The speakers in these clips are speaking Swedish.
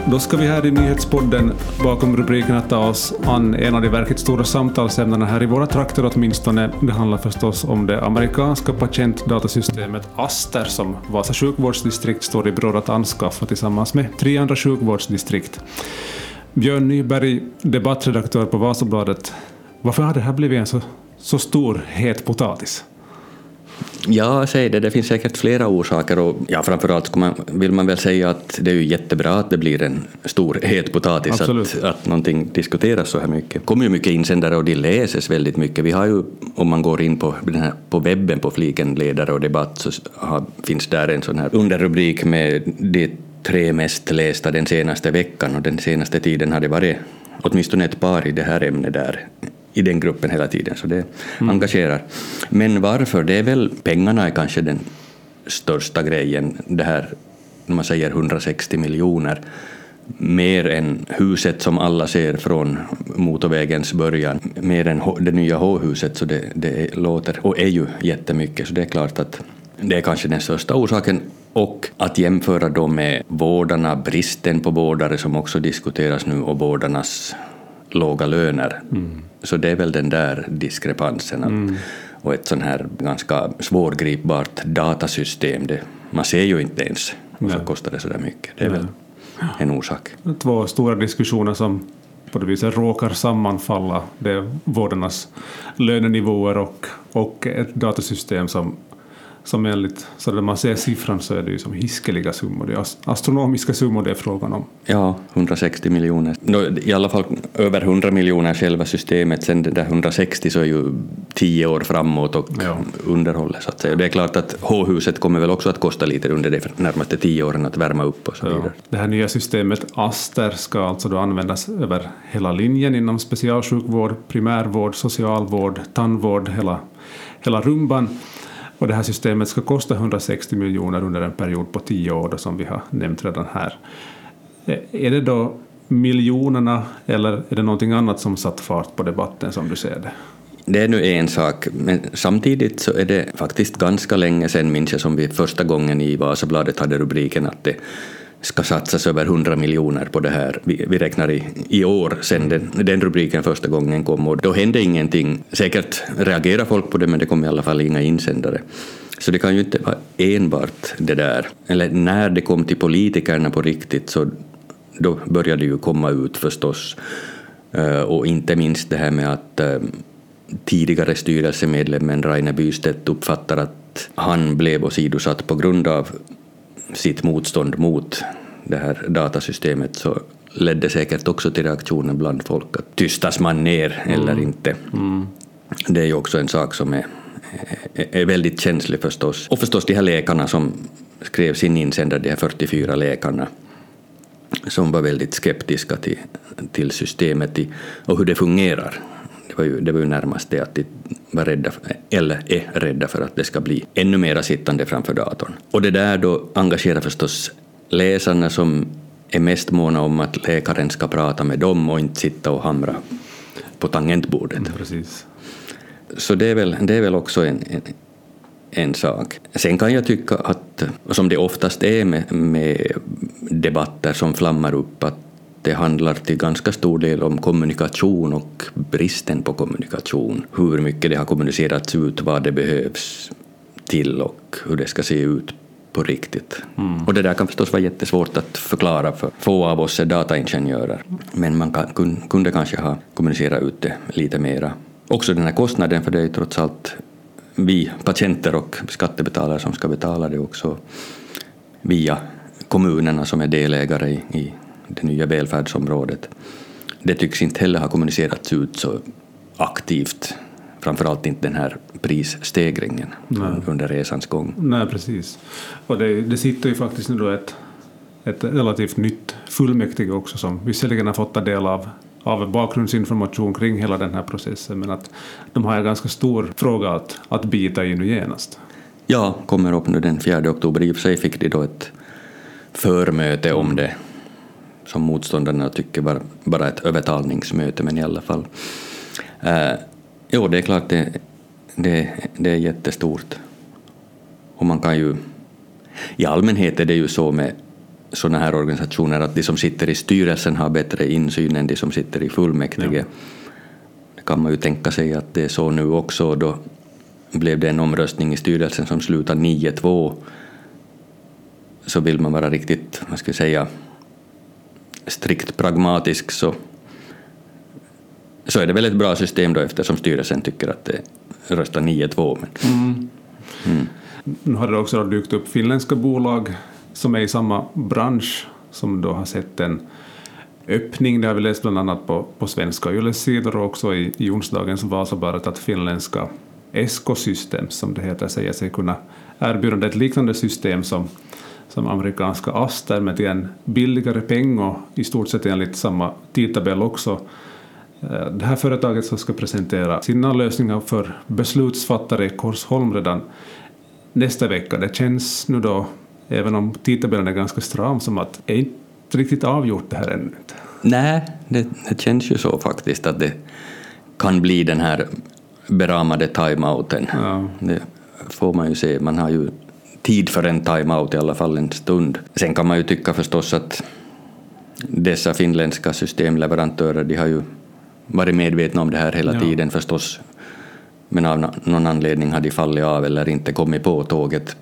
Då ska vi här i nyhetspodden bakom rubrikerna ta oss an en av de verkligt stora samtalsämnena här i våra trakter åtminstone. Det handlar förstås om det amerikanska patientdatasystemet Aster som Vasa sjukvårdsdistrikt står i beråd att anskaffa tillsammans med 3 andra sjukvårdsdistrikt. Björn Nyberg, debattredaktör på Vasabladet. Varför har det här blivit en så stor het potatis? Ja, säg det. Det finns säkert flera orsaker och framförallt vill man väl säga att det är ju jättebra att det blir en stor het potatis, att någonting diskuteras så här mycket. Det kommer ju mycket insändare och de läses väldigt mycket. Vi har ju, om man går in på webben på fliken ledare och debatt, så finns där en sån här underrubrik med de 3 mest lästa den senaste veckan, och den senaste tiden har det varit åtminstone ett par i det här ämnet där i den gruppen hela tiden, så det engagerar. Men varför? Det är väl pengarna är kanske den största grejen. Det här, när man säger 160 miljoner, mer än huset som alla ser från motorvägens början, mer än det nya H-huset, så det låter och är ju jättemycket, så det är klart att det är kanske den största orsaken. Och att jämföra då med vårdarna, bristen på vårdare som också diskuteras nu, och vårdarnas låga löner. Så det är väl den där diskrepansen. Och ett sån här ganska svårgripbart datasystem, man ser ju inte ens, och så kostar det så där mycket. Det är väl en orsak. 2 stora diskussioner som på det viset råkar sammanfalla. Det är vårdarnas lönenivåer och ett datasystem som enligt, så när man ser siffran så är det ju som hiskeliga summor, det är astronomiska summor det är frågan om. Ja, 160 miljoner. I alla fall över 100 miljoner själva systemet, sen det där 160 så är ju 10 år framåt och underhållet, så att säga. Det är klart att H-huset kommer väl också att kosta lite under de närmaste 10 åren att värma upp och så vidare. Det här nya systemet Aster ska alltså då användas över hela linjen inom specialsjukvård, primärvård, socialvård, tandvård, hela rumban. Och det här systemet ska kosta 160 miljoner under en period på 10 år, som vi har nämnt redan här. Är det då miljonerna eller är det någonting annat som satt fart på debatten som du ser det? Det är nu en sak, men samtidigt så är det faktiskt ganska länge sedan, minns jag, som vi första gången i Vasabladet hade rubriken att det ska satsas över 100 miljoner på det här. Vi räknar i år sedan den rubriken första gången kom, och då hände ingenting. Säkert reagerar folk på det, men det kom i alla fall inga insändare. Så det kan ju inte vara enbart det där. Eller när det kom till politikerna på riktigt, så då började det ju komma ut förstås. Och inte minst det här med att tidigare styrelsemedlemmen Rainer Bystedt uppfattar att han blev åsidosatt på grund av sitt motstånd mot det här datasystemet, så ledde säkert också till reaktionen bland folk att tystas man ner eller inte. Det är ju också en sak som är väldigt känslig förstås. Och förstås de här läkarna som skrev sin insändare, de här 44 läkarna som var väldigt skeptiska till systemet och hur det fungerar. Det var ju närmast det att de var rädda eller är rädda för att det ska bli ännu mera sittande framför datorn. Och det där då engagerar förstås läsarna som är mest måna om att läkaren ska prata med dem och inte sitta och hamra på tangentbordet. Precis. Så det är väl också en sak. Sen kan jag tycka att, som det oftast är med debatter som flammar upp, att det handlar till ganska stor del om kommunikation och bristen på kommunikation. Hur mycket det har kommunicerats ut, vad det behövs till och hur det ska se ut på riktigt. Och det där kan förstås vara jättesvårt att förklara för få av oss är dataingenjörer. Men man kunde kanske ha kommunicerat ut det lite mera. Också den här kostnaden, för det är trots allt vi patienter och skattebetalare som ska betala det också via kommunerna som är delägare i det nya välfärdsområdet. Det tycks inte heller ha kommunicerats ut så aktivt, framförallt inte den här prisstegringen under resans gång. Nej, precis. Och det sitter ju faktiskt nu då ett relativt nytt fullmäktige också, som visserligen har fått ta del av bakgrundsinformation kring hela den här processen, men att de har en ganska stor fråga att bita i nu genast. Ja, kommer upp nu den 4 oktober. I och för sig fick de då ett förmöte om det, som motståndarna tycker var bara ett övertalningsmöte, men i alla fall. Jo, det är klart det är jättestort. Och man kan ju, i allmänhet är det ju så sådana här organisationer att de som sitter i styrelsen har bättre insyn än de som sitter i fullmäktige. Ja. Det kan man ju tänka sig att det är så nu också. Då blev det en omröstning i styrelsen som slutade 9-2. Så vill man vara riktigt, vad ska jag säga, strikt pragmatisk så är det väl ett bra system då, eftersom styrelsen tycker att det röstar 9-2. Nu har det också dykt upp finländska bolag som är i samma bransch som då har sett en öppning. Det har vi läst bland annat på svenska Yle-sidor och också i onsdagens Vasabladet att finländska Esko-system, som det heter, säger sig kunna erbjuda ett liknande system som amerikanska Aster, med till en billigare peng och i stort sett enligt samma tidtabell också. Det här företaget som ska presentera sina lösningar för beslutsfattare i Korsholm redan nästa vecka. Det känns nu då, även om tidtabellen är ganska stram, som att det är inte riktigt avgjort det här ännu. Nej, det känns ju så faktiskt att det kan bli den här beramade timeouten. Ja. Det får man ju se. Man har ju tid för en timeout i alla fall en stund. Sen kan man ju tycka förstås att dessa finländska systemleverantörer, de har ju varit medvetna om det här hela tiden förstås. Men av någon anledning har de fallit av eller inte kommit på tåget.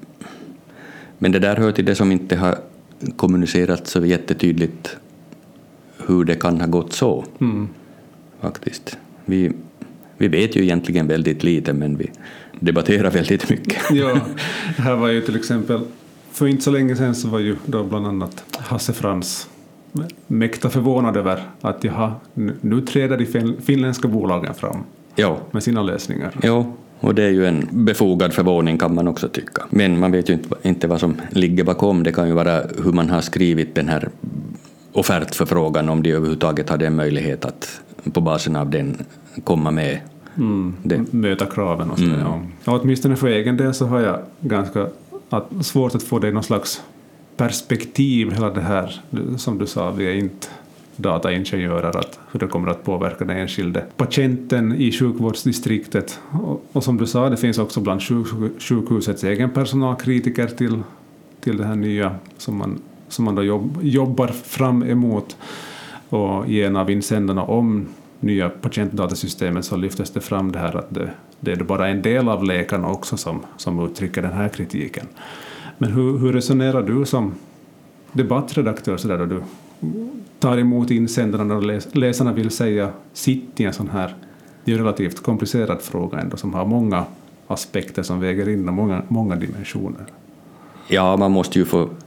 Men det där hör till det som inte har kommunicerats så jättetydligt hur det kan ha gått så. Faktiskt. Vi vet ju egentligen väldigt lite, men vi debatterar väldigt mycket. Ja, här var ju till exempel, för inte så länge sedan så var ju då bland annat Hasse Frans mäkta förvånad över att nu träder de finländska bolagen fram med sina lösningar. Ja, och det är ju en befogad förvåning kan man också tycka. Men man vet ju inte vad som ligger bakom. Det kan ju vara hur man har skrivit den här offertförfrågan, om de överhuvudtaget hade en möjlighet att på basen av den komma med möta kraven och så. Ja, åtminstone för egen del så har jag ganska svårt att få det i någon slags perspektiv, hela det här, som du sa, vi är inte dataingenjörer, att hur det kommer att påverka den enskilde patienten i sjukvårdsdistriktet. Och som du sa, det finns också bland sjukhusets egen personal kritiker till det här nya som man då jobbar fram emot. Och i en av insändarna om nya patientdatasystemet så lyftes det fram det här att det är bara en del av läkarna också som uttrycker den här kritiken. Men hur resonerar du som debattredaktör så där, då du tar emot insändarna och läsarna vill säga sitt i en sån här, det är relativt komplicerad fråga ändå, som har många aspekter som väger in och många dimensioner? Ja, man måste ju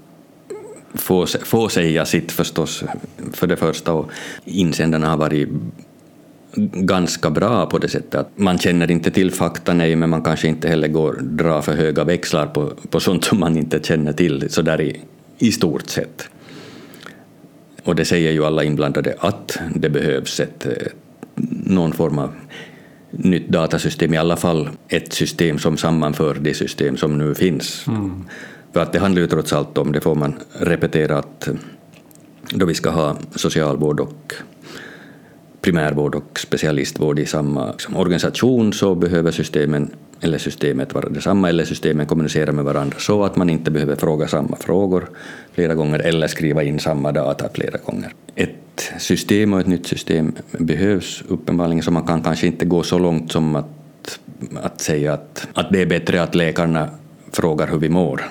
få säga sitt förstås för det första, och insändarna har varit ganska bra på det sättet att man känner inte till fakta, nej, men man kanske inte heller dra för höga växlar på sånt som man inte känner till så där i stort sett. Och det säger ju alla inblandade att det behövs någon form av nytt datasystem, i alla fall ett system som sammanför det system som nu finns. För att det handlar ju trots allt om, det får man repetera, att då vi ska ha socialvård och primärvård och specialistvård i samma organisation, så behöver systemet vara detsamma, eller systemen kommunicera med varandra så att man inte behöver fråga samma frågor flera gånger eller skriva in samma data flera gånger. Ett system och ett nytt system behövs uppenbarligen, så man kan kanske inte gå så långt som att säga att det är bättre att läkarna frågar hur vi mår.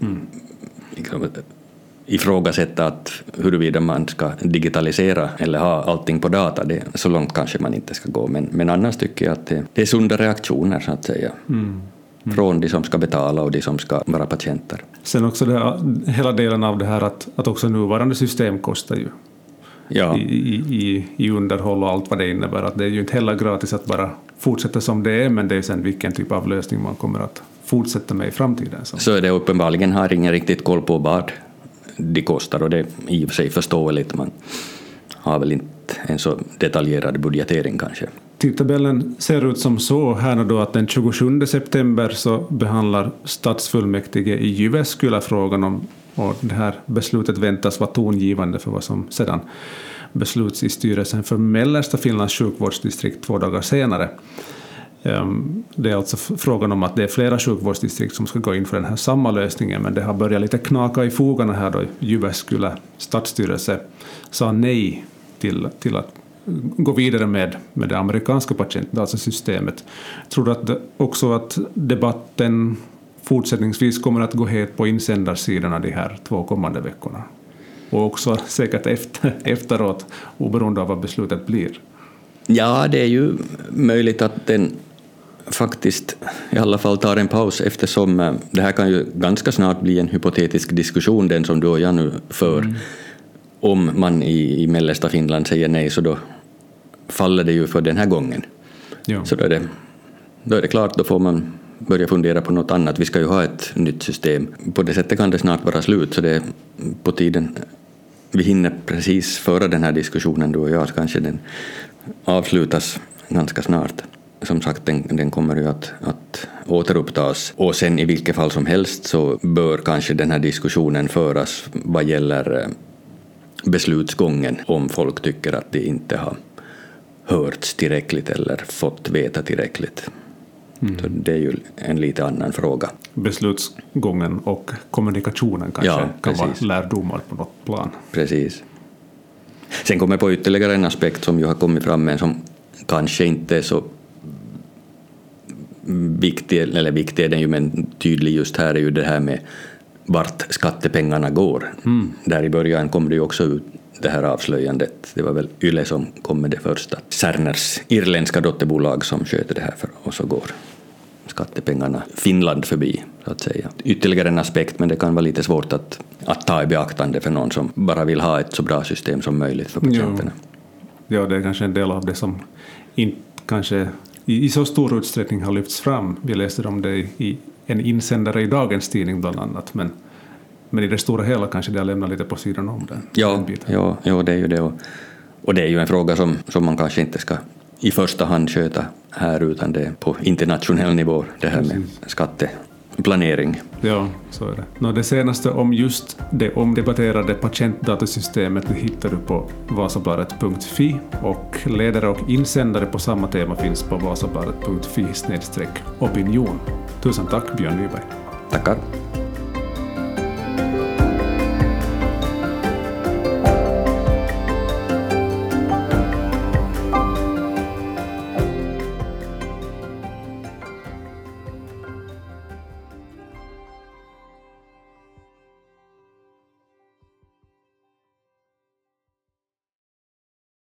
Ifrågasätta att huruvida man ska digitalisera eller ha allting på data, så långt kanske man inte ska gå. Men annars tycker jag att det är sunda reaktioner, så att säga. Från de som ska betala och de som ska vara patienter. Sen också hela delen av det här att också nuvarande system kostar ju. Ja. I underhåll och allt vad det innebär. Att det är ju inte heller gratis att bara fortsätta som det är, men det är sen vilken typ av lösning man kommer att fortsätta med i framtiden. Så är det uppenbarligen, har ingen riktigt koll på vad de kostar, och det är i och för sig förståeligt. Man har väl inte en så detaljerad budgetering kanske. Tidtabellen ser ut som så här då, att den 27 september så behandlar stadsfullmäktige i Jyväskylä frågan om, och det här beslutet väntas vara tongivande för vad som sedan besluts i styrelsen för mellersta Finlands sjukvårdsdistrikt 2 dagar senare. Det är alltså frågan om att det är flera sjukvårdsdistrikt som ska gå in för den här samma lösningen, men det har börjat lite knaka i fogarna här då Jyväskylä stadsstyrelse sa nej till att gå vidare med det amerikanska patientdatasystemet. Tror du att debatten fortsättningsvis kommer att gå het på insändarsidorna de här 2 kommande veckorna? Och också säkert efteråt, oberoende av vad beslutet blir. Ja, det är ju möjligt att den faktiskt i alla fall tar en paus, eftersom det här kan ju ganska snart bli en hypotetisk diskussion, den som du och jag nu för. Om man i mellersta Finland säger nej, så då faller det ju för den här gången. Ja. Så då är det klart, då får man börja fundera på något annat. Vi ska ju ha ett nytt system. På det sättet kan det snart vara slut, så det är på tiden. Vi hinner precis föra den här diskussionen, du och jag, så kanske den avslutas ganska snart. Som sagt, den kommer ju att återupptas. Och sen i vilket fall som helst så bör kanske den här diskussionen föras vad gäller beslutsgången, om folk tycker att det inte har hörts tillräckligt eller fått veta tillräckligt. Så det är ju en lite annan fråga. Beslutsgången och kommunikationen kanske kan vara lärdomar på något plan. Precis. Sen kommer på ytterligare en aspekt som ju har kommit fram, men som kanske inte är så viktig, eller viktig är den ju, men tydlig just här är ju det här med vart skattepengarna går. Där i början kom det ju också ut det här avslöjandet. Det var väl Yle som kom med det första. Cerners irländska dotterbolag som sköter det här för, och så går skattepengarna Finland förbi, så att säga. Ytterligare en aspekt, men det kan vara lite svårt att ta i beaktande för någon som bara vill ha ett så bra system som möjligt för patienterna. Ja, det är kanske en del av det som inte kanske i så stor utsträckning har lyfts fram. Vi läste om det i en insändare i dagens tidning bland annat, men i det stora hela kanske det har lämnat lite på sidan om det. Ja, det är ju det. Och det är ju en fråga som man kanske inte ska i första hand sköta här, utan det är på internationell nivå, det här med skatteplanering. Ja, så är det. Det senaste om just det omdebatterade patientdatasystemet hittar du på vasabladet.fi, och ledare och insändare på samma tema finns på vasabladet.fi/opinion. Tusen tack, Björn Nyberg. Tackar.